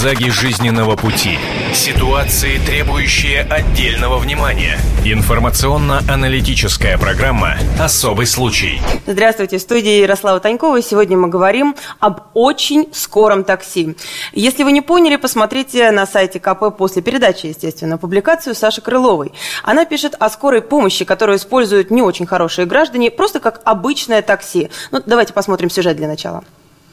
Зигзаги жизненного пути. Ситуации, требующие отдельного внимания. Информационно-аналитическая программа «Особый случай». Здравствуйте, в студии Ярослава Танькова. Сегодня мы говорим об очень скором такси. Если вы не поняли, посмотрите на сайте КП после передачи, естественно, публикацию Саши Крыловой. Она пишет о скорой помощи, которую используют не очень хорошие граждане, просто как обычное такси. Ну, давайте посмотрим сюжет для начала.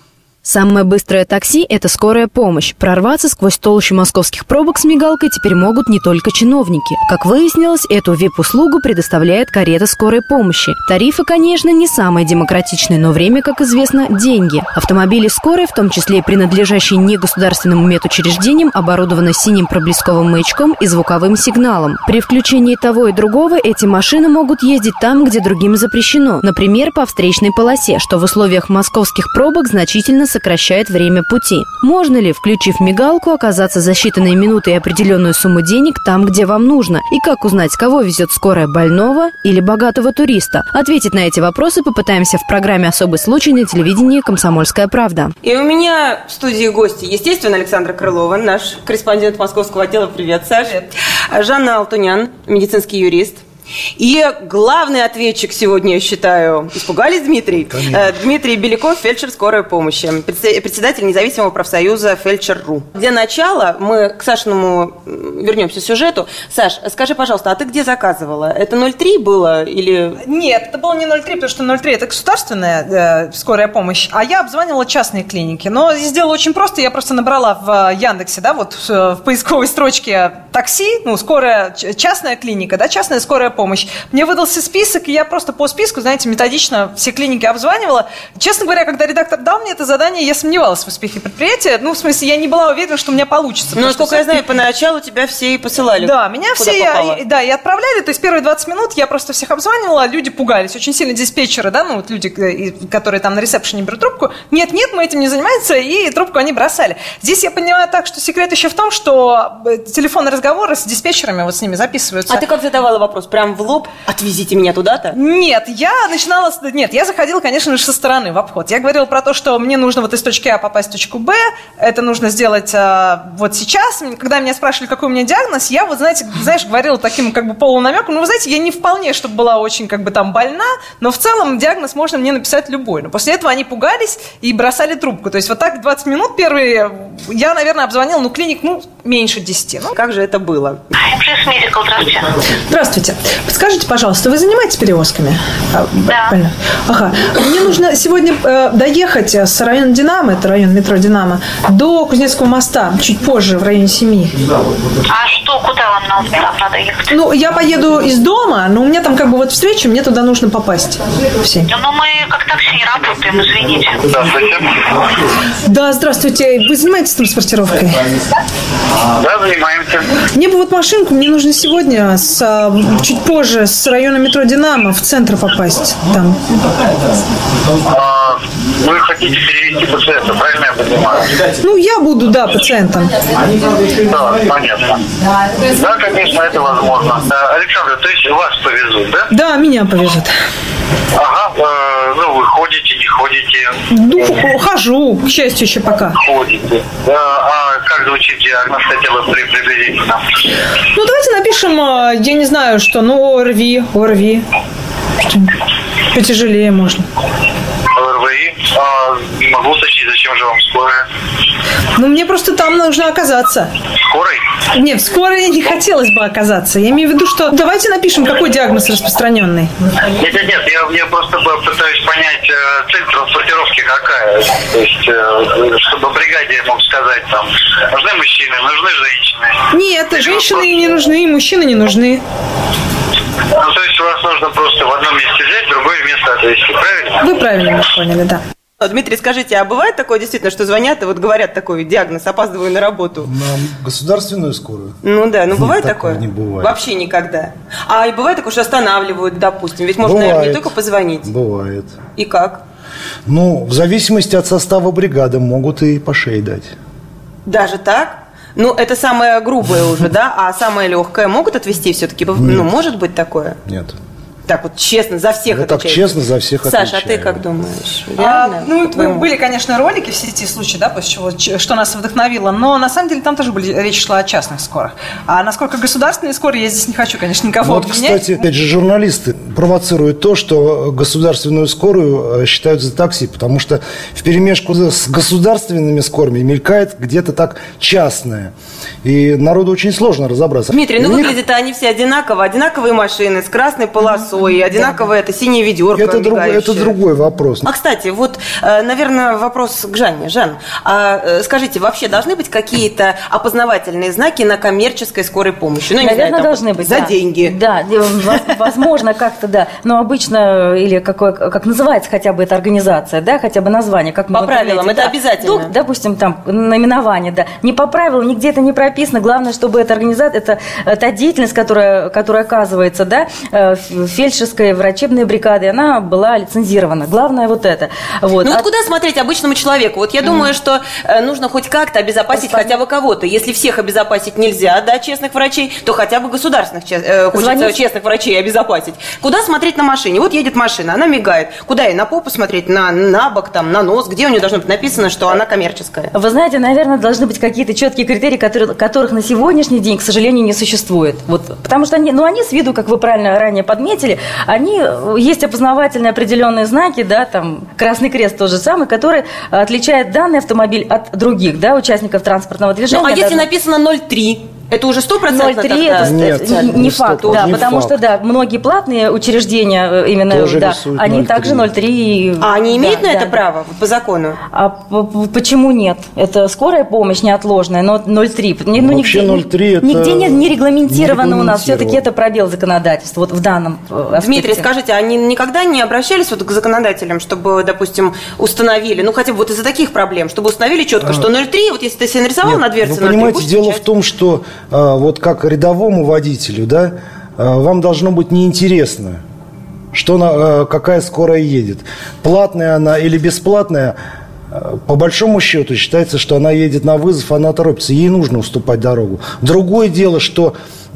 Самое быстрое такси – это скорая помощь. Прорваться сквозь толщу московских пробок с мигалкой теперь могут не только чиновники. Как выяснилось, эту VIP-услугу предоставляет карета скорой помощи. Тарифы, конечно, не самые демократичные, но время, как известно, деньги. Автомобили скорой, в том числе и принадлежащие негосударственным медучреждениям, оборудованы синим проблесковым маячком и звуковым сигналом. При включении того и другого эти машины могут ездить там, где другим запрещено. Например, по встречной полосе, что в условиях московских пробок значительно сокращает время пути. Можно ли, включив мигалку, оказаться за считанные минуты и определенную сумму денег там, где вам нужно? И как узнать, кого везет скорая, больного или богатого туриста? Ответить на эти вопросы попытаемся в программе «Особый случай» на телевидении «Комсомольская правда». И у меня в студии гости, естественно, Александра Крылова, наш корреспондент московского отдела. Привет, Саш. Привет. Жанна Алтунян, медицинский юрист. И главный ответчик сегодня, я считаю, испугались, Дмитрий? Конечно. Дмитрий Беляков, фельдшер скорой помощи, председатель независимого профсоюза «Фельдшер.ру». Для начала мы к Сашиному вернемся к сюжету. Саш, скажи, пожалуйста, а ты где заказывала? Это 03 было или... Нет, это было не 03, потому что 03 – это государственная скорая помощь, а я обзванивала частные клиники. Но сделала очень просто, я просто набрала в Яндексе, да, вот в поисковой строчке такси, ну, скорая, частная клиника, да, частная скорая помощь. Мне выдался список, и я просто по списку, знаете, методично все клиники обзванивала. Честно говоря, когда редактор дал мне это задание, я сомневалась в успехе предприятия. Ну, в смысле, я не была уверена, что у меня получится. Ну, насколько я знаю, поначалу тебя все и посылали. Да, меня все и отправляли. То есть первые 20 минут я просто всех обзванивала, люди пугались. Очень сильно диспетчеры, да, ну, вот люди, которые там на ресепшене берут трубку. Нет, мы этим не занимаемся, и трубку они бросали. Здесь я понимаю так, что секрет еще в том, что телефонные разговоры с диспетчерами, вот с ними записываются. А ты как задавала вопрос? Прям в лоб: отвезите меня туда-то? Нет, я заходила, конечно же, со стороны в обход. Я говорила про то, что мне нужно вот из точки А попасть в точку Б, это нужно сделать вот сейчас. Когда меня спрашивали, какой у меня диагноз, я вот, знаешь, говорила таким как бы полунамеком, ну, вы знаете, я не вполне, чтобы была очень как бы там больна, но в целом диагноз можно мне написать любой. Но после этого они пугались и бросали трубку. То есть вот так 20 минут первые я, наверное, обзвонила, клиник, меньше 10. Как же это было? Здравствуйте. Здравствуйте. Подскажите, пожалуйста, вы занимаетесь перевозками? Да. Ага. Мне нужно сегодня доехать с района Динамо, это район метро Динамо, до Кузнецкого моста, чуть позже, в районе 7. А что, куда вам надо ехать? Я поеду из дома, но у меня там как бы вот встреча, мне туда нужно попасть. Все. Но мы как такси не работаем, извините. Здравствуйте. Да, здравствуйте. Вы занимаетесь транспортировкой? Да, занимаемся. Мне бы вот машинку, мне нужно сегодня чуть позже с района метро Динамо в центр попасть. Там. Вы хотите перевести пациента, правильно я понимаю? Я буду, пациентом. Да, понятно. Да, конечно, это возможно. Александр, то есть вас повезут, да? Да, меня повезут. Ага, вы ходите, не ходите? Хожу, к счастью, еще пока. Ходите. А как звучит диагноз, хотя бы приблизительно? Давайте напишем, я не знаю, что, ОРВИ. Что-нибудь потяжелее можно. ОРВИ? Не могу уточнить, зачем же вам скорая? Мне просто там нужно оказаться. Скорой? Нет, в скорой не хотелось бы оказаться. Я имею в виду, что давайте напишем, какой диагноз распространенный. Нет, я просто пытаюсь понять, цель транспортировки какая. То есть, чтобы бригаде я мог сказать, там, нужны мужчины, нужны женщины. Нет, женщины не нужны, мужчины не нужны. То есть вас нужно просто в одном месте взять, в другое место отвезти, правильно? Вы правильно меня поняли, да. Дмитрий, скажите, а бывает такое действительно, что звонят и вот говорят такой диагноз: опаздываю на работу? На государственную скорую? Бывает такое? Не бывает. Вообще никогда. И бывает такое, что останавливают, допустим. Ведь можно, наверное, не только позвонить. Бывает. И как? В зависимости от состава бригады могут и по шее дать. Даже так? Это самое грубое уже, да? А самое легкое могут отвезти все-таки? Может быть такое? Нет. так вот честно за всех Вот так отвечаете? честно за всех Саша, а ты отвечаю. как думаешь? Реально? Ну, были, конечно, ролики в сети, случаи, да, после чего, что нас вдохновило, но на самом деле там тоже речь шла о частных скорых. А насколько государственные скорые, я здесь не хочу, конечно, никого Вот, обвинять. кстати, опять же, журналисты провоцируют то, что государственную скорую считают за такси, потому что вперемешку с государственными скорыми мелькает где-то так частное. И народу очень сложно разобраться. Дмитрий, И ну у них выглядят они все одинаково. Одинаковые машины с красной полосой, и одинаковое это синее ведерко это мигающее. другой вопрос. А, кстати, вот, наверное, вопрос к Жанне. Жан, скажите, вообще должны быть какие-то опознавательные знаки на коммерческой скорой помощи? Ну, я не Наверное, знаю, там, должны быть. За деньги. Да, возможно, как-то, да. Но обычно, или как называется хотя бы эта организация, да, хотя бы название. Как По правилам, это обязательно. Ну, допустим, там, наименование, да. Не по правилам, нигде это не прописано. Главное, чтобы эта организация, это та деятельность, которая оказывается, да, фельдшерской, врачебной бригады, она была лицензирована. Главное вот это. Вот. Ну вот куда смотреть обычному человеку? Вот я думаю, что нужно хоть как-то обезопасить хотя бы кого-то. Если всех обезопасить нельзя, да, честных врачей, то хотя бы государственных хочется честных врачей обезопасить. Куда смотреть на машине? Вот едет машина, она мигает. Куда ей? На попу смотреть, на бок, там, на нос? Где у нее должно быть написано, что она коммерческая? Вы знаете, наверное, должны быть какие-то четкие критерии, которых на сегодняшний день, к сожалению, не существует. Вот, потому что они с виду, как вы правильно ранее подметили, есть опознавательные определенные знаки, да, там Красный Крест тот же самый, который отличает данный автомобиль от других, да, участников транспортного движения. Ну, а если написано 03? Это уже 100% 0,3 это Нет, не факт, да, не потому факт. что, да, многие платные учреждения именно, Тоже да, рисуют они 0,3. также 0,3. А они имеют да, на это да. право по закону? А почему нет? Это скорая помощь неотложная, но 0,3. Ну, Вообще 0,3 это нигде не регламентировано у нас. не регламентировано. Все-таки это пробел законодательства вот в данном аспекте. Дмитрий, скажите, они никогда не обращались вот к законодателям, чтобы, допустим, установили, ну хотя бы вот из-за таких проблем, чтобы установили четко, что 0,3, вот если ты себе нарисовал на дверце, вы понимаете, дело в том, что вот как рядовому водителю, да, вам должно быть неинтересно, какая скорая едет. Платная она или бесплатная, по большому счету считается, что она едет на вызов, она торопится, ей нужно уступать дорогу. Другое дело, что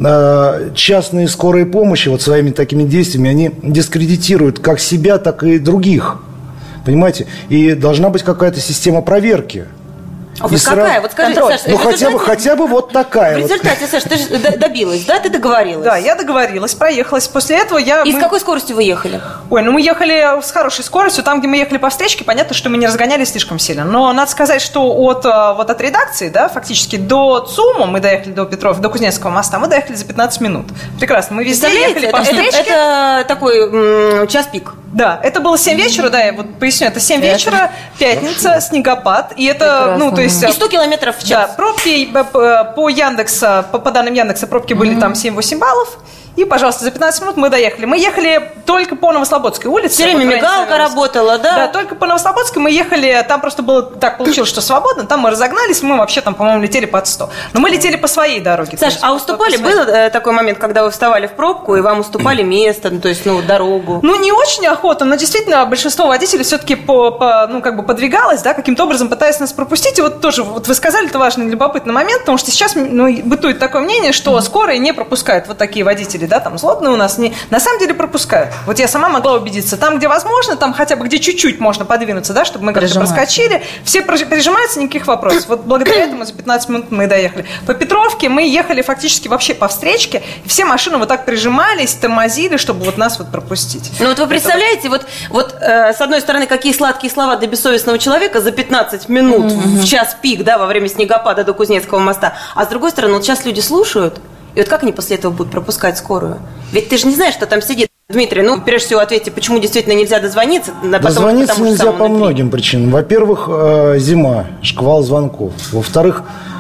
частные скорые помощи вот своими такими действиями, они дискредитируют как себя, так и других. Понимаете? И должна быть какая-то система проверки. А вот какая? Вот скажи, Саша, ну хотя бы вот такая. В результате, Саша, ты же добилась, да? Ты договорилась? Да, я договорилась, проехалась. После этого И с какой скоростью вы ехали? Ой, ну мы ехали с хорошей скоростью. Там, где мы ехали по встречке, понятно, что мы не разгонялись слишком сильно. Но надо сказать, что от редакции, да, фактически до ЦУМа мы доехали до Кузнецкого моста, мы доехали за 15 минут. Прекрасно. Мы везде ехали по встречке. Это такой час пик. Да, это было 7 вечера, да, я вот поясню, это 7 вечера, пятница, снегопад, и это, ну, то есть... И 100 километров в час. Да, пробки по Яндекса, по данным Яндекса, пробки были там 7-8 баллов. И, пожалуйста, за 15 минут мы доехали. Мы ехали только по Новослободской улице. Все время мигалка работала, да? Да, только по Новослободской мы ехали. Там просто было так получилось, что свободно. Там мы разогнались, мы вообще там, по-моему, летели под 100. Но мы летели по своей дороге. Саш, а уступали? Был такой момент, когда вы вставали в пробку, и вам уступали место, ну, то есть, ну, дорогу? Ну, не очень охота, но действительно большинство водителей все-таки подвигалось, да, каким-то образом пытаясь нас пропустить. И вот тоже, вот вы сказали, это важный, любопытный момент, потому что сейчас бытует такое мнение, что скорые не пропускают вот такие водители, да, там злобные у нас, на самом деле пропускают. Вот я сама могла убедиться, там, где возможно, там хотя бы где чуть-чуть можно подвинуться, да, чтобы мы как-то проскочили, все прижимаются, никаких вопросов. Вот благодаря этому за 15 минут мы доехали. По Петровке мы ехали фактически вообще по встречке, и все машины вот так прижимались, тормозили, чтобы вот нас вот пропустить. Ну вот вы представляете, вот с одной стороны, какие сладкие слова для бессовестного человека за 15 минут в час пик, да, во время снегопада до Кузнецкого моста, а с другой стороны, вот сейчас люди слушают, и вот как они после этого будут пропускать скорую? Ведь ты же не знаешь, что там сидит. Дмитрий, ну, прежде всего, ответьте, почему действительно нельзя дозвониться? Дозвониться нельзя по многим причинам. Во-первых, зима, шквал звонков. Во-вторых,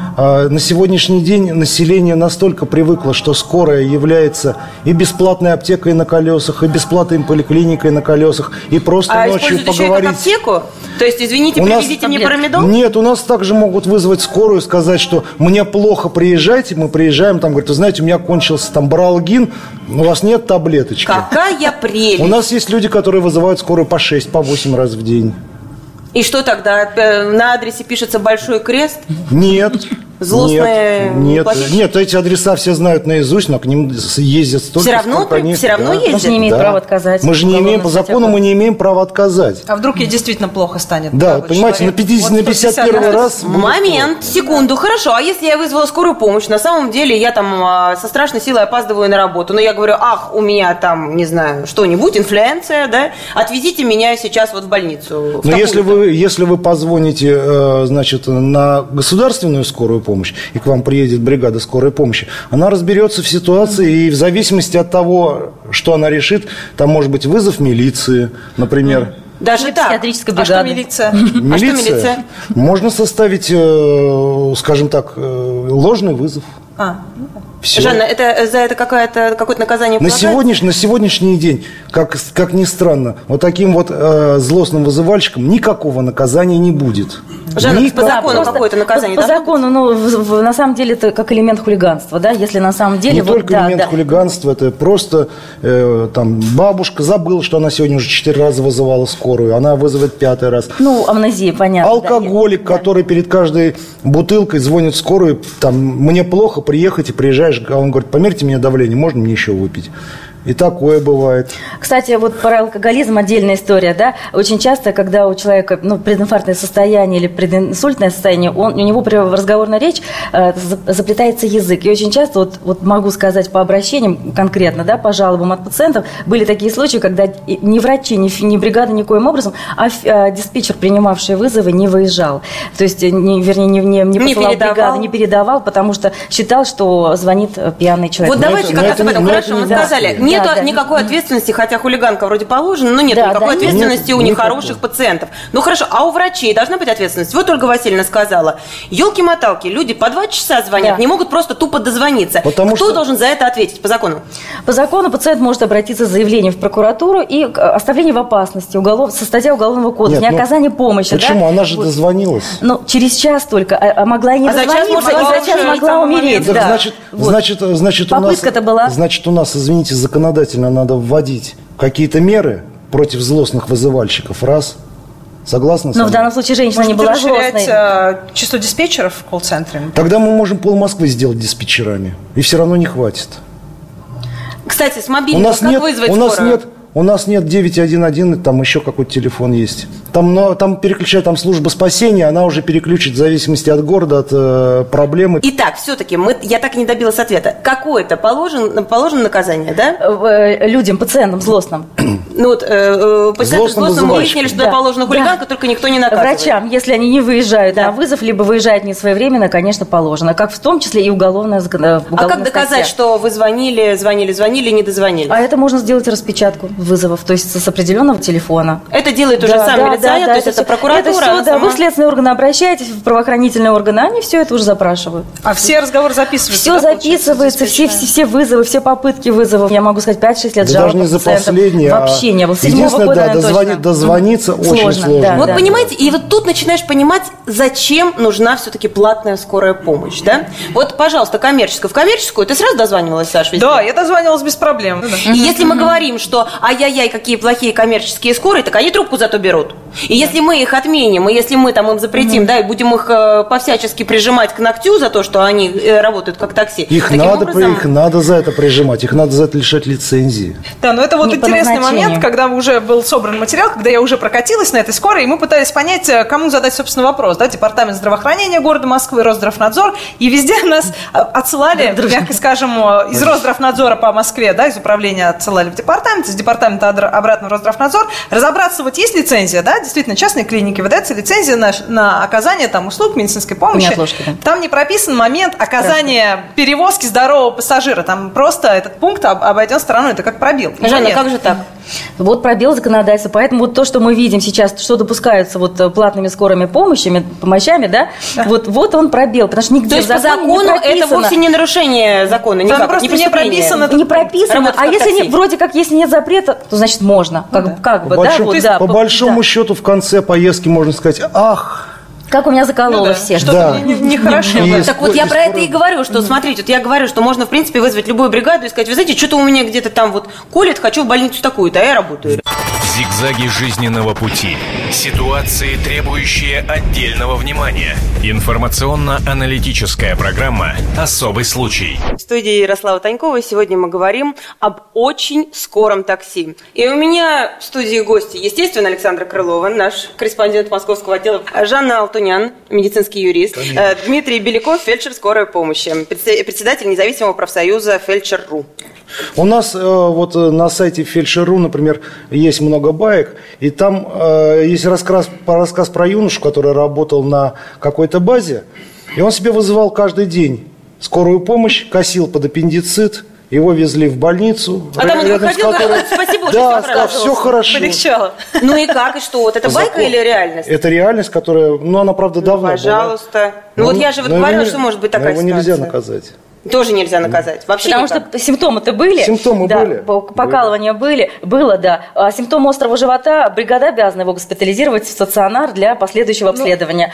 на сегодняшний день население настолько привыкло, что скорая является и бесплатной аптекой на колесах, и бесплатной поликлиникой на колесах, и просто ночью используют поговорить. Еще и как аптеку? То есть, извините, привезите мне парамедол? Нет, у нас также могут вызвать скорую, сказать, что мне плохо, приезжайте. Мы приезжаем, там говорят, вы знаете, у меня кончился там баралгин, у вас нет таблеточки. Какая прелесть! У нас есть люди, которые вызывают скорую по 6, по 8 раз в день. И что тогда? На адресе пишется большой крест? Нет. Злостные Нет, эти адреса все знают наизусть, но к ним ездят столько, сколько они... Все равно ездят? Мы же не имеем права отказать. Мы же не имеем, по закону мы не имеем права отказать. А вдруг ей действительно плохо станет? Да, понимаете, на 51 раз... Момент, секунду, хорошо. А если я вызвала скорую помощь, на самом деле я там со страшной силой опаздываю на работу, но я говорю, у меня там, не знаю, что-нибудь, инфлюенция, да, отвезите меня сейчас вот в больницу. Но если вы позвоните, значит, на государственную скорую помощь, и к вам приедет бригада скорой помощи, она разберется в ситуации, и в зависимости от того, что она решит, там может быть вызов милиции, например. Даже так. Психиатрическая бригада. А что милиция? Милиция? Можно составить, скажем так, ложный вызов. Все. Жанна, за это какое-то наказание на полагается? сегодняшний день, как ни странно, вот таким вот злостным вызывальщикам никакого наказания не будет. Жанна, по закону какое-то наказание? По закону, на самом деле это как элемент хулиганства, да, если на самом деле... Не только элемент хулиганства, это просто там бабушка забыла, что она сегодня уже 4 раза вызывала скорую, она вызовет 5-й раз. Амнезия, понятно. Алкоголик, который перед каждой бутылкой звонит в скорую, там, мне плохо, приехать, и приезжаешь, а он говорит, померьте мне давление, можно мне еще выпить? И такое бывает. Кстати, вот про алкоголизм отдельная история, да. Очень часто, когда у человека прединфарктное состояние или прединсультное состояние, у него при разговорной речи заплетается язык. И очень часто, вот могу сказать по обращениям конкретно, да, по жалобам от пациентов, были такие случаи, когда ни врачи, ни бригада никоим образом, а диспетчер, принимавший вызовы, не выезжал. То есть, не посылал бригаду, не передавал, потому что считал, что звонит пьяный человек. Вот давайте как раз об этом. Хорошо, мы сказали. Нету никакой ответственности, хотя хулиганка вроде положена, но нет никакой ответственности у нехороших пациентов. Ну хорошо, а у врачей должна быть ответственность? Вот Ольга Васильевна сказала, елки-моталки, люди по 2 часа звонят, не могут просто тупо дозвониться. Кто должен за это ответить по закону? По закону пациент может обратиться с заявлением в прокуратуру и оставление в опасности со статья Уголовного кодекса, неоказание помощи. Почему? Она же дозвонилась. Через час только, а могла и не дозвониться, и за час могла умереть. Значит, попытка-то была. Значит, у нас, извините, законодательно надо вводить какие-то меры против злостных вызывальщиков. Раз. Согласны с вами? Но в данном случае женщина не была злостной. Число диспетчеров в колл-центре? Тогда мы можем пол-Москвы сделать диспетчерами. И все равно не хватит. Кстати, с мобильного как вызвать скорую? У нас нет 911, там еще какой-то телефон есть. Там переключают, там служба спасения, она уже переключит в зависимости от города, от проблемы. Итак, все-таки, я так и не добилась ответа. Какое-то положено наказание, да? Людям, пациентам злостным. Пациентам злостным мы выяснили, что положена хулиганка, только никто не наказывает. Врачам, если они не выезжают на вызов, либо выезжают не своевременно, конечно, положено. Как в том числе и уголовная статья. А как доказать, что вы звонили, не дозвонились? А это можно сделать распечатку вызовов, то есть с определенного телефона. Это делает уже сам милиционер, то есть это прокуратура? Это все, вы в следственные органы обращаетесь, в правоохранительные органы, они все это уже запрашивают. А все разговоры записываются? Все записывается, все вызовы, все попытки вызовов. Я могу сказать, 5-6 лет жалоб даже не за последние, вообще не было. С 7-го года дозвониться очень сложно. Да, вот понимаете, и вот тут начинаешь понимать, зачем нужна все-таки платная скорая помощь, да? Вот, пожалуйста, коммерческую. В коммерческую ты сразу дозванивалась, Саша, везде? Да, я дозванивалась без проблем. И если мы говорим, что ай-яй-яй, какие плохие коммерческие скорые, так они трубку зато берут. И если мы их отменим, и если мы там им запретим, да, и будем их повсячески прижимать к ногтю за то, что они работают как такси. Их надо за это прижимать, их надо за это лишать лицензии. Да, но это вот интересный момент, когда уже был собран материал, когда я уже прокатилась на этой скорой, и мы пытались понять, кому задать, собственно, вопрос. Да, Департамент здравоохранения города Москвы, Росздравнадзор, и везде нас отсылали, мягко скажем, из Росздравнадзора по Москве, да, из управления отсылали в департамент, из департамента обратно в Росздравнадзор, разобраться, вот есть лицензия, да, действительно, частные клиники, выдается лицензия на оказание там услуг медицинской помощи. Там не прописан момент оказания перевозки здорового пассажира, там просто этот пункт обойден стороной, это как пробел. Жанна, как же так? Вот пробел законодательства, поэтому вот то, что мы видим сейчас, что допускаются вот платными скорыми помощами, да, вот он пробел, потому что нигде то есть по закону это вовсе не нарушение закона, никак, просто не прописано. Не прописано, а если вроде как, если нет запрета, то значит можно, по большому счету в конце поездки можно сказать, как у меня закололо всех. Что-то нехорошо. Так вот я про это и говорю, что смотрите, вот я говорю, что можно в принципе вызвать любую бригаду и сказать, вы знаете, что-то у меня где-то там вот колет, хочу в больницу такую-то, а я работаю. Зигзаги жизненного пути. Ситуации, требующие отдельного внимания. Информационно-аналитическая программа «Особый случай». В студии Ярослава Танькова. Сегодня мы говорим об очень скором такси. И у меня в студии гости, естественно, Александра Крылова, наш корреспондент московского отдела, Жанна Алтунян, медицинский юрист, Дмитрий Беляков, фельдшер скорой помощи, председатель независимого профсоюза «Фельдшер.ру». У нас вот на сайте Фельдшер.ру, например, есть много баек, и там есть рассказ про юношу, который работал на какой-то базе, и он себе вызывал каждый день скорую помощь, косил под аппендицит, его везли в больницу. А там он выходил, говорит, спасибо, да, все хорошо. Полегчало. Ну и как, и что? Вот это байка или реальность? Это реальность, которая, она, правда, давно пожалуйста. Ну вот я же говорила, что может быть такая ситуация. Его нельзя наказать. Тоже нельзя наказать. Вообще потому никак. что симптомы-то были. Симптомы были. Покалывания было, да. А симптомы острого живота, бригада обязана его госпитализировать в стационар для последующего обследования.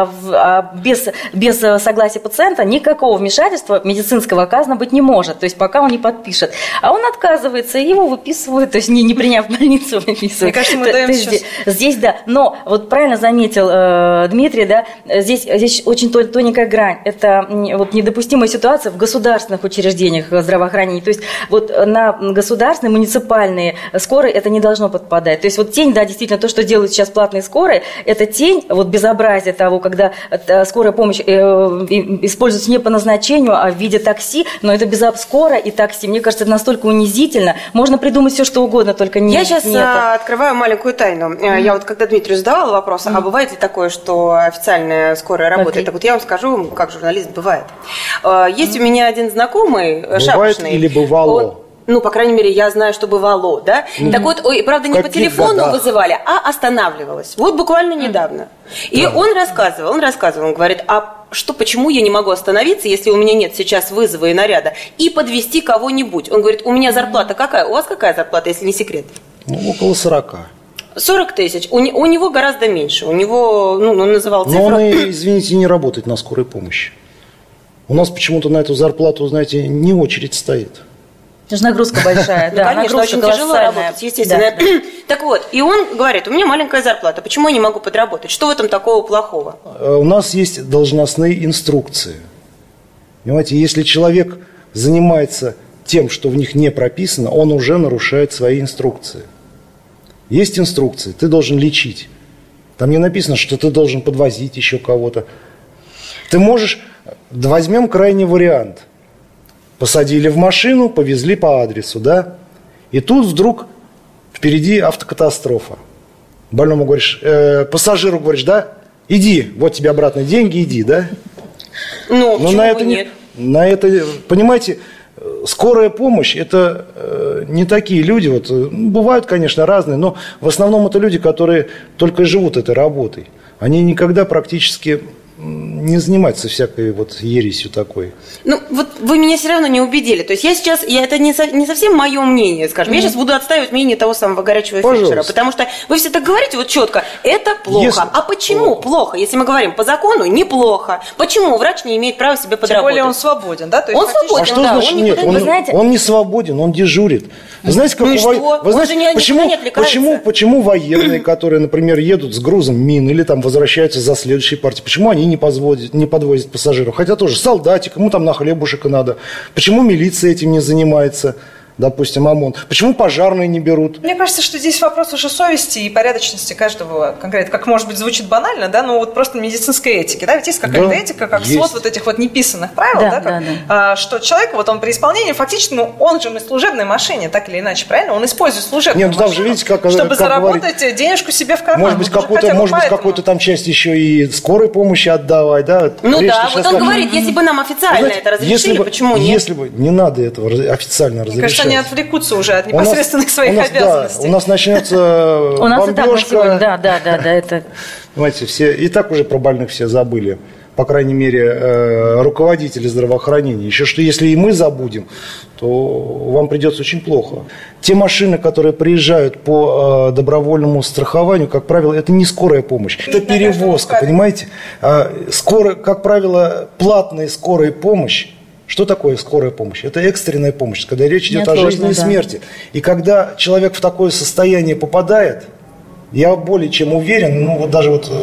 Без согласия пациента никакого вмешательства медицинского оказано быть не может. То есть пока он не подпишет. А он отказывается, и его выписывают, то есть не приняв больницу, выписывают. Мне кажется, мы даем сейчас... Здесь, да. Но вот правильно заметил Дмитрий, да, здесь очень тоненькая грань. Это вот недопустимая ситуация в государственных учреждениях здравоохранения. То есть вот на государственные, муниципальные скорые это не должно подпадать. То есть вот тень, да, действительно, то, что делают сейчас платные скорые, это тень, вот безобразие того, когда скорая помощь используется не по назначению, а в виде такси, но это скорая и такси. Мне кажется, это настолько унизительно. Можно придумать все, что угодно, только не Я сейчас открываю маленькую тайну. Я вот когда Дмитрию задавала вопрос, а бывает ли такое, что официальная скорая работает? Так вот я вам скажу, как журналист, бывает. Есть у меня один знакомый, бывает шапочный. Или бывало? По крайней мере, я знаю, что бывало, да? Так вот, правда, не по телефону вызывали, а останавливалась. Вот буквально недавно. И он рассказывал, он говорит, почему я не могу остановиться, если у меня нет сейчас вызова и наряда, и подвести кого-нибудь? Он говорит, у меня зарплата какая? У вас какая зарплата, если не секрет? Около 40. 40 тысяч. У него гораздо меньше. У него, он называл цифру. Но он, извините, не работает на скорой помощи. У нас почему-то на эту зарплату, знаете, не очередь стоит. Это же нагрузка большая, да. Конечно, очень тяжело работать, естественно. Так вот, и он говорит, у меня маленькая зарплата, почему я не могу подработать? Что в этом такого плохого? У нас есть должностные инструкции. Понимаете, если человек занимается тем, что в них не прописано, он уже нарушает свои инструкции. Есть инструкции, ты должен лечить. Там не написано, что ты должен подвозить еще кого-то. Ты можешь... Возьмем крайний вариант. Посадили в машину, повезли по адресу, да? И тут вдруг впереди автокатастрофа. Больному говоришь, пассажиру говоришь, да? Иди, вот тебе обратно деньги, иди, да? Но на это нет. Понимаете, скорая помощь, это не такие люди, вот, бывают, конечно, разные, но в основном это люди, которые только живут этой работой. Они никогда практически не заниматься всякой вот ересью такой. Вот вы меня все равно не убедили. То есть это не совсем мое мнение, скажем. Я сейчас буду отстаивать мнение того самого горячего фельдшера. Потому что вы все так говорите вот четко, это плохо. А почему плохо? Если мы говорим по закону, неплохо. Почему врач не имеет права себе подработать? Тем более он свободен, да? То есть он свободен, а что значит нет? Он не свободен, он дежурит. Вы знаете, как почему военные, которые, например, едут с грузом мин или там возвращаются за следующей партией, почему они не подвозят пассажиров? Хотя тоже солдатик, ему там на хлебушек надо. Почему милиция этим не занимается? Допустим, ОМОН. Почему пожарные не берут? Мне кажется, что здесь вопрос уже совести и порядочности каждого конкретно. Как, может быть, звучит банально, да, но вот просто медицинской этики. Да? Ведь есть какая-то этика, как свод вот этих вот неписанных правил, что человек, вот он при исполнении, фактически, он же на служебной машине, так или иначе, правильно? Он использует служебную машину, же, видите, чтобы заработать денежку себе в карман. Может быть, какую-то там часть еще и скорой помощи отдавать, да? Вот он говорит, если бы нам официально это разрешили, почему нет? Если бы не надо этого официально разрешать. Они отвлекутся уже от непосредственных своих обязанностей. У нас начнется у нас и так на сегодня, да, это... Понимаете, все и так уже про больных все забыли. По крайней мере, руководители здравоохранения. Еще что, если и мы забудем, то вам придется очень плохо. Те машины, которые приезжают по добровольному страхованию, как правило, это не скорая помощь. Это перевозка, понимаете? Как правило, платная скорая помощь Что такое скорая помощь? Это экстренная помощь, когда речь идет о Неотложная, жизни и да. смерти. И когда человек в такое состояние попадает, я более чем уверен, ну вот даже вот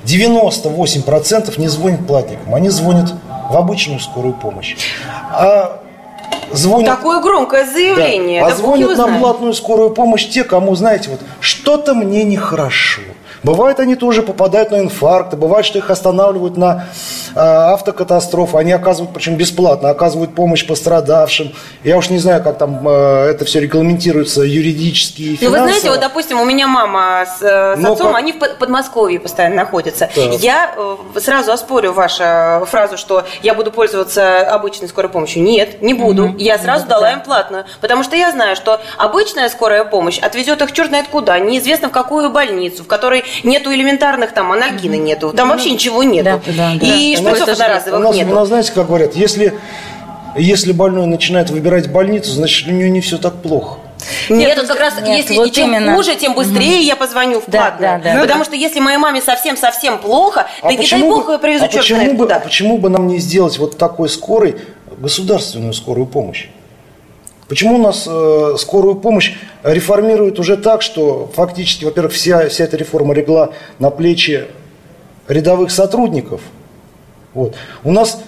98% не звонят платникам, они звонят в обычную скорую помощь. А звонят, Такое громкое заявление. да, Да а бог его звонят на знает. платную скорую помощь те, кому, знаете, вот что-то мне нехорошо. Бывает, они тоже попадают на инфаркты, бывает, что их останавливают на автокатастрофы, они оказывают, причем бесплатно, оказывают помощь пострадавшим. Я уж не знаю, как там это все регламентируется юридически и Ну, финансово. вы знаете, вот, допустим, у меня мама с Но отцом, как- они в Подмосковье постоянно находятся. Так. Я сразу оспорю вашу фразу, что я буду пользоваться обычной скорой помощью. Нет, не буду. Я сразу дала им платную. Потому что я знаю, что обычная скорая помощь отвезет их черт знает куда, неизвестно в какую больницу, в которой нету элементарных, там, анальгина нету, там вообще ничего нету. Да. И шприцов одноразовых у нету. нас, знаете, как говорят, если больной начинает выбирать больницу, значит, у него не все так плохо. Нет, тут как раз, нет, если вот чем именно. хуже, тем быстрее я позвоню в Да, платную. да. Потому что если моей маме совсем-совсем плохо, да не дай бог ее привезу черт знает куда. почему бы нам не сделать вот такой скорой государственную скорую помощь? Почему у нас скорую помощь реформируют уже так, что фактически, во-первых, вся эта реформа легла на плечи рядовых сотрудников. Вот. У нас,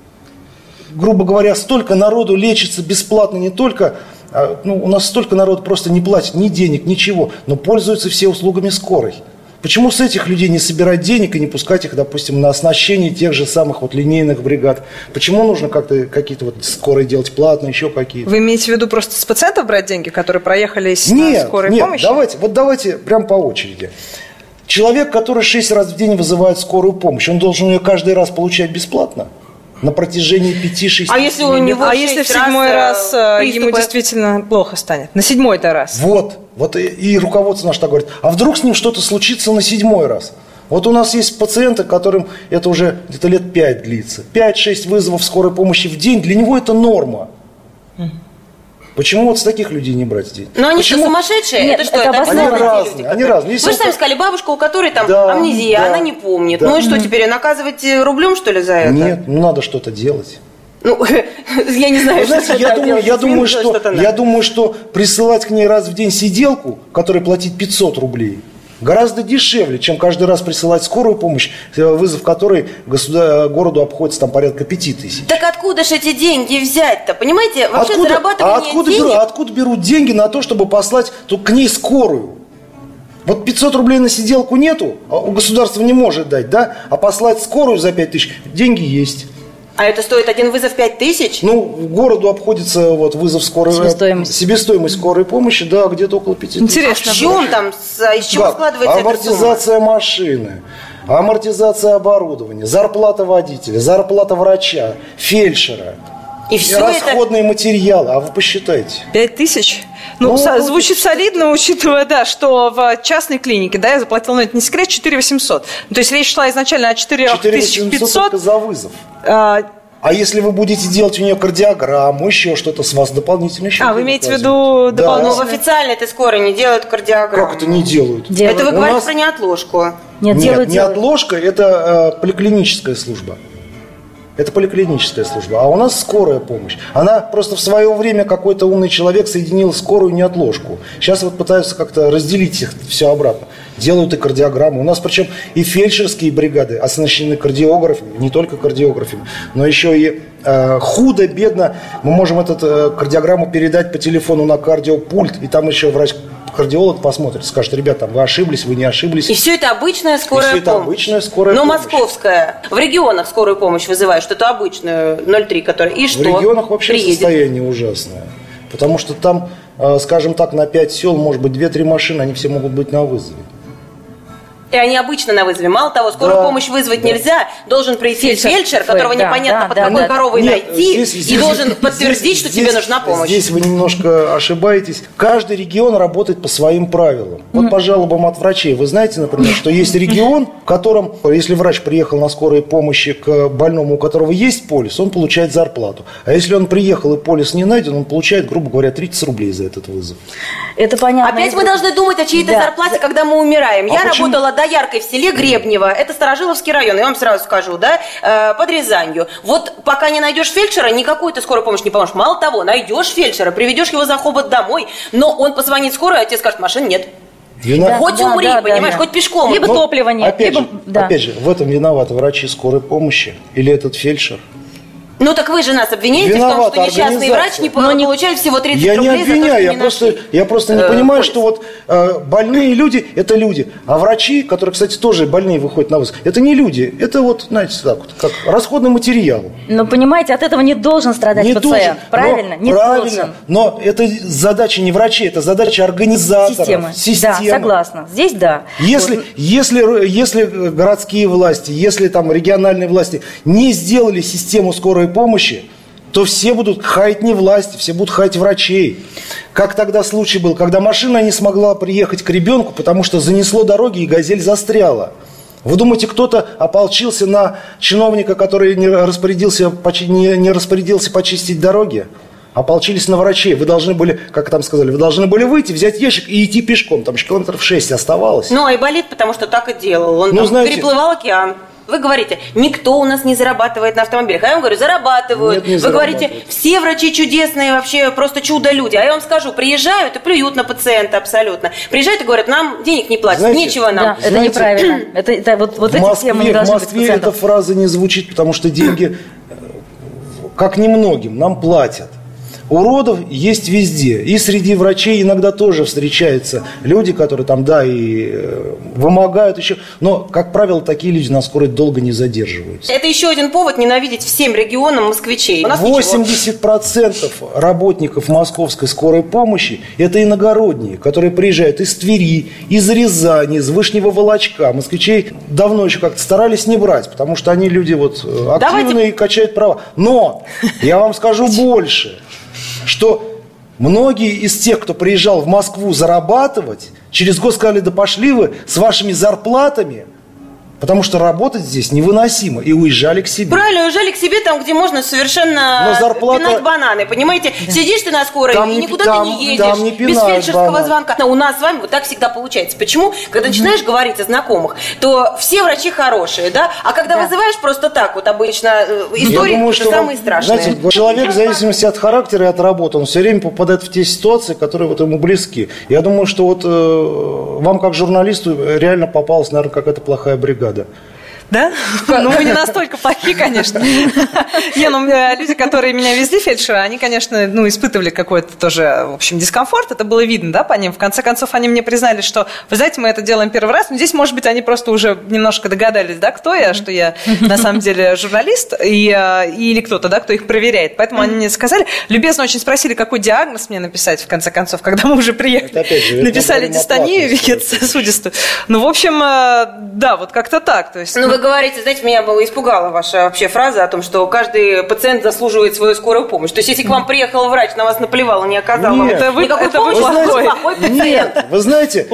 грубо говоря, столько народу лечится бесплатно не только, у нас столько народу просто не платит ни денег, ничего, но пользуются все услугами скорой. Почему с этих людей не собирать денег и не пускать их, допустим, на оснащение тех же самых вот линейных бригад? Почему нужно как-то какие-то вот скорые делать платно, еще какие-то? Вы имеете в виду просто с пациентов брать деньги, которые проехались на скорой помощи? Давайте прям по очереди. Человек, который 6 раз в день вызывает скорую помощь, он должен ее каждый раз получать бесплатно? На протяжении 5-6 А если у него А если в 6 7-й раз ему приступы? действительно плохо станет? На 7-й-то раз? Вот и руководство наше так говорит. А вдруг с ним что-то случится на 7-й раз? Вот у нас есть пациенты, которым это уже где-то лет 5 длится. 5-6 вызовов скорой помощи в день, для него это норма. Почему вот с таких людей не брать деньги? Но они Почему? что, сумасшедшие? Нет, это что, это это обоснованно. обязательно люди, Они которые- разные. Если Вы же сами он- сказали, бабушка, у которой там Да, амнезия, да, она не помнит. да. Ну и что теперь, наказывать рублем, что ли, за это? Нет, надо что-то делать. Ну, я не знаю, Вы знаете, что там делать. я думаю, Что-то надо. я думаю, что присылать к ней раз в день сиделку, которой платить 500 рублей, гораздо дешевле, чем каждый раз присылать скорую помощь, вызов которой городу обходится там порядка 5000. Так откуда же эти деньги взять-то? Понимаете, вообще зарабатывание денег... откуда берут деньги на то, чтобы послать к ней скорую? Вот 500 рублей на сиделку нету, а у государства не может дать, да? А послать скорую за 5000, деньги есть. А это стоит один вызов 5000? Ну, городу обходится вот вызов скорой... Себестоимость скорой помощи, да, где-то около 5000. Интересно. В чем там, из чего Как? складывается эта сумма? Амортизация машины, амортизация оборудования, зарплата водителя, зарплата врача, фельдшера, И все это... расходные материалы. А вы посчитайте. 5000? Ну, Звучит солидно, учитывая, да, что в частной клинике, да, я заплатила, но это не секрет, 4800. То есть речь шла изначально о 4700 только 4500. за вызов. А если вы будете делать у нее кардиограмму, еще что-то, с вас дополнительно еще. вы имеете в виду Ну, в дополнительно? официальной-то скорой не делают кардиограмму. Как это не делают? Делают. Это вы У говорите нас- про неотложку. Нет, Нет, делают. неотложка – это поликлиническая служба. Это поликлиническая служба. А у нас скорая помощь. Она просто в свое время какой-то умный человек соединил скорую и неотложку. Сейчас вот пытаются как-то разделить их все обратно. Делают и кардиограмму. У нас причем и фельдшерские бригады оснащены кардиографами, не только кардиографами, но еще и худо-бедно мы можем эту кардиограмму передать по телефону на кардиопульт, и там еще врач-кардиолог посмотрит, скажет: ребята, вы ошиблись, вы не ошиблись. И все это обычная скорая И всё это помощь. обычная скорая Но помощь. московская. В регионах скорую помощь вызывают, что это обычную 03, которая... И что? В регионах вообще Приедет. состояние ужасное. Потому что там, скажем так, на 5 сел, может быть, 2-3 машины, они все могут быть на вызове. И они обычно на вызове. Мало того, скорую Да, помощь вызвать да. нельзя, должен прийти фельдшер, которого да, непонятно да, под да, какой да. коровой Нет, найти, здесь- и должен подтвердить, что тебе нужна помощь. Здесь вы немножко ошибаетесь. Каждый регион работает по своим правилам. Вот по жалобам от врачей. Вы знаете, например, что есть регион, в котором, если врач приехал на скорой помощи к больному, у которого есть полис, он получает зарплату. А если он приехал и полис не найден, он получает, грубо говоря, 30 рублей за этот вызов. Это понятно. Опять мы должны думать о чьей-то Да. зарплате, когда мы умираем. Я почему? работала до Дояркой в селе Гребнево, это Старожиловский район, я вам сразу скажу, да, под Рязанью. Вот пока не найдешь фельдшера, никакую ты скорую помощь не поможешь. Мало того, найдешь фельдшера, приведешь его за хобот домой, но он позвонит в скорую, а тебе скажет, машин нет. Хоть умри, понимаешь, хоть пешком. Либо топлива нет. Опять же, в этом виноваты врачи скорой помощи или этот фельдшер? Ну так вы же нас обвиняете в том, что несчастный врач не получает всего 30 рублей. Я не обвиняю, я просто не понимаю, что вот больные люди – это люди, а врачи, которые, кстати, тоже больные выходят на вызов, это не люди, это вот, знаете, так вот, как расходный материал. Но понимаете, от этого не должен страдать пациент, правильно? Не должен. Но это задача не врачей, это задача организаторов, системы. Да, согласна, здесь да. Если городские власти, если там региональные власти не сделали систему скорой помощи, то все будут хаять не власти, все будут хаять врачей. Как тогда случай был, когда машина не смогла приехать к ребенку, потому что занесло дороги и «Газель» застряла. Вы думаете, кто-то ополчился на чиновника, который не распорядился почистить дороги? Ополчились на врачей. Вы должны были, как там сказали, вы должны были выйти, взять ящик и идти пешком. Там же километров 6 оставалось. Ну, Айболит, потому что так и делал. Он переплывал океан. Вы говорите, никто у нас не зарабатывает на автомобилях. А я вам говорю, зарабатывают. Вы говорите, все врачи чудесные, вообще просто чудо-люди. А я вам скажу, приезжают и плюют на пациента абсолютно. Приезжают и говорят, нам денег не платят, знаете, нечего нам. Да, это неправильно. Вот эти темы не должны быть в Москве эта фраза не звучит, потому что деньги, как немногим, нам платят. Уродов есть везде. И среди врачей иногда тоже встречаются люди, которые там, да, и вымогают еще. Но, как правило, такие люди на скорой долго не задерживаются. Это еще один повод ненавидеть всем регионам москвичей. 80% работников московской скорой помощи – это иногородние, которые приезжают из Твери, из Рязани, из Вышнего Волочка. Москвичей давно еще как-то старались не брать, потому что они люди вот активные и качают права. Но я вам скажу больше, что многие из тех, кто приезжал в Москву зарабатывать, через год сказали, да пошли вы с вашими зарплатами, потому что работать здесь невыносимо, и уезжали к себе. Правильно, уезжали к себе там, где можно совершенно пинать бананы, понимаете? Сидишь ты на скорой, и никуда ты не едешь, без фельдшерского звонка. Но у нас с вами вот так всегда получается. Почему? Когда начинаешь говорить о знакомых, то все врачи хорошие, да? А когда вызываешь просто так, вот обычно истории самые страшные. Знаете, человек в зависимости от характера и от работы, он все время попадает в те ситуации, которые вот ему близки. Я думаю, что вот вам как журналисту реально попалась, наверное, какая-то плохая бригада. Да? Ну, мы не настолько плохие, конечно. Люди, которые меня везли, фельдшеры, они, конечно, испытывали какой-то тоже, в общем, дискомфорт. Это было видно, да, по ним. В конце концов, они мне признали, что, вы знаете, мы это делаем первый раз, но здесь, может быть, они просто уже немножко догадались, да, кто я, что я на самом деле журналист, или кто-то, да, кто их проверяет. Поэтому они мне сказали, любезно очень спросили, какой диагноз мне написать, в конце концов, когда мы уже приехали. Написали дистонию вегетосудистую. Ну, в общем, да, вот как-то так. То есть, вы говорите, знаете, меня испугала ваша вообще фраза о том, что каждый пациент заслуживает свою скорую помощь. То есть, если к вам приехал врач, на вас наплевал и не оказал вам никакой помощи, вы плохой пациент. Вы знаете,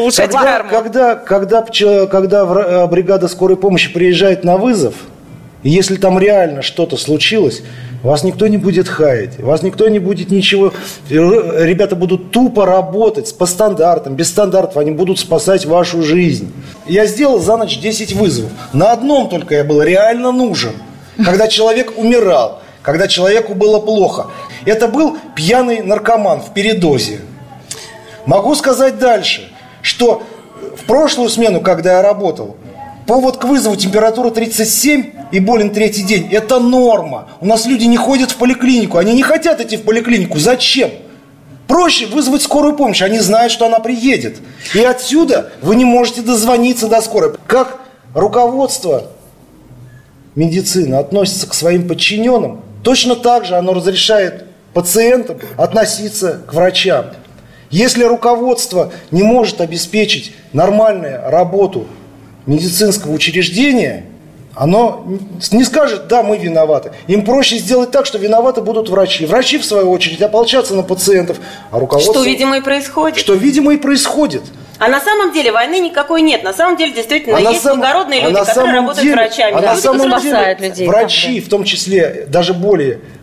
когда бригада скорой помощи приезжает на вызов, и если там реально что-то случилось, вас никто не будет хаять, вас никто не будет ничего. Ребята будут тупо работать по стандартам, без стандартов. Они будут спасать вашу жизнь. Я сделал за ночь 10 вызовов. На одном только я был реально нужен. Когда человек умирал, когда человеку было плохо. Это был пьяный наркоман в передозе. Могу сказать дальше, что в прошлую смену, когда я работал, повод к вызову температура 37 и болен третий день. Это норма. У нас люди не ходят в поликлинику. Они не хотят идти в поликлинику. Зачем? Проще вызвать скорую помощь. Они знают, что она приедет. И отсюда вы не можете дозвониться до скорой. Как руководство медицины относится к своим подчиненным, точно так же оно разрешает пациентам относиться к врачам. Если руководство не может обеспечить нормальную работу медицинского учреждения, оно не скажет, да, мы виноваты. Им проще сделать так, что виноваты будут врачи. Врачи, в свою очередь, ополчатся на пациентов, а руководство... Что, видимо, и происходит. А на самом деле войны никакой нет. На самом деле, действительно, есть благородные люди, которые работают врачами. На самом деле, врачи, в том числе даже более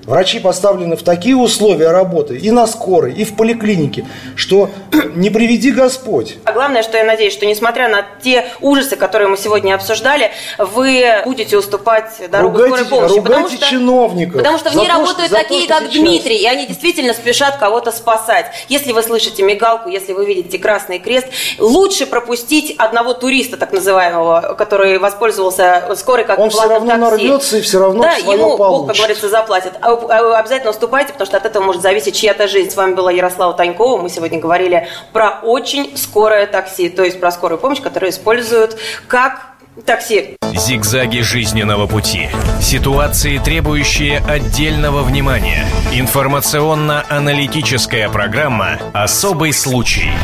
Врачи поставлены в такие условия работы и на скорой, и в поликлинике, что не приведи Господь. А главное, что я надеюсь, что несмотря на те ужасы, которые мы сегодня обсуждали, вы будете уступать дорогу скорой помощи. Ругайте чиновников. Потому что в ней работают такие, как Дмитрий, и они действительно спешат кого-то спасать. Если вы слышите мигалку, если вы видите красный крест, лучше пропустить одного туриста, так называемого, который воспользовался скорой как он платным такси. Он все равно нарвется и все равно да, свое ему, получит. Бог, как говорится, заплатит. Обязательно уступайте, потому что от этого может зависеть чья-то жизнь. С вами была Ярослава Танькова. Мы сегодня говорили про очень скорое такси, то есть про скорую помощь, которую используют как такси. Зигзаги жизненного пути. Ситуации, требующие отдельного внимания. Информационно-аналитическая программа «Особый случай».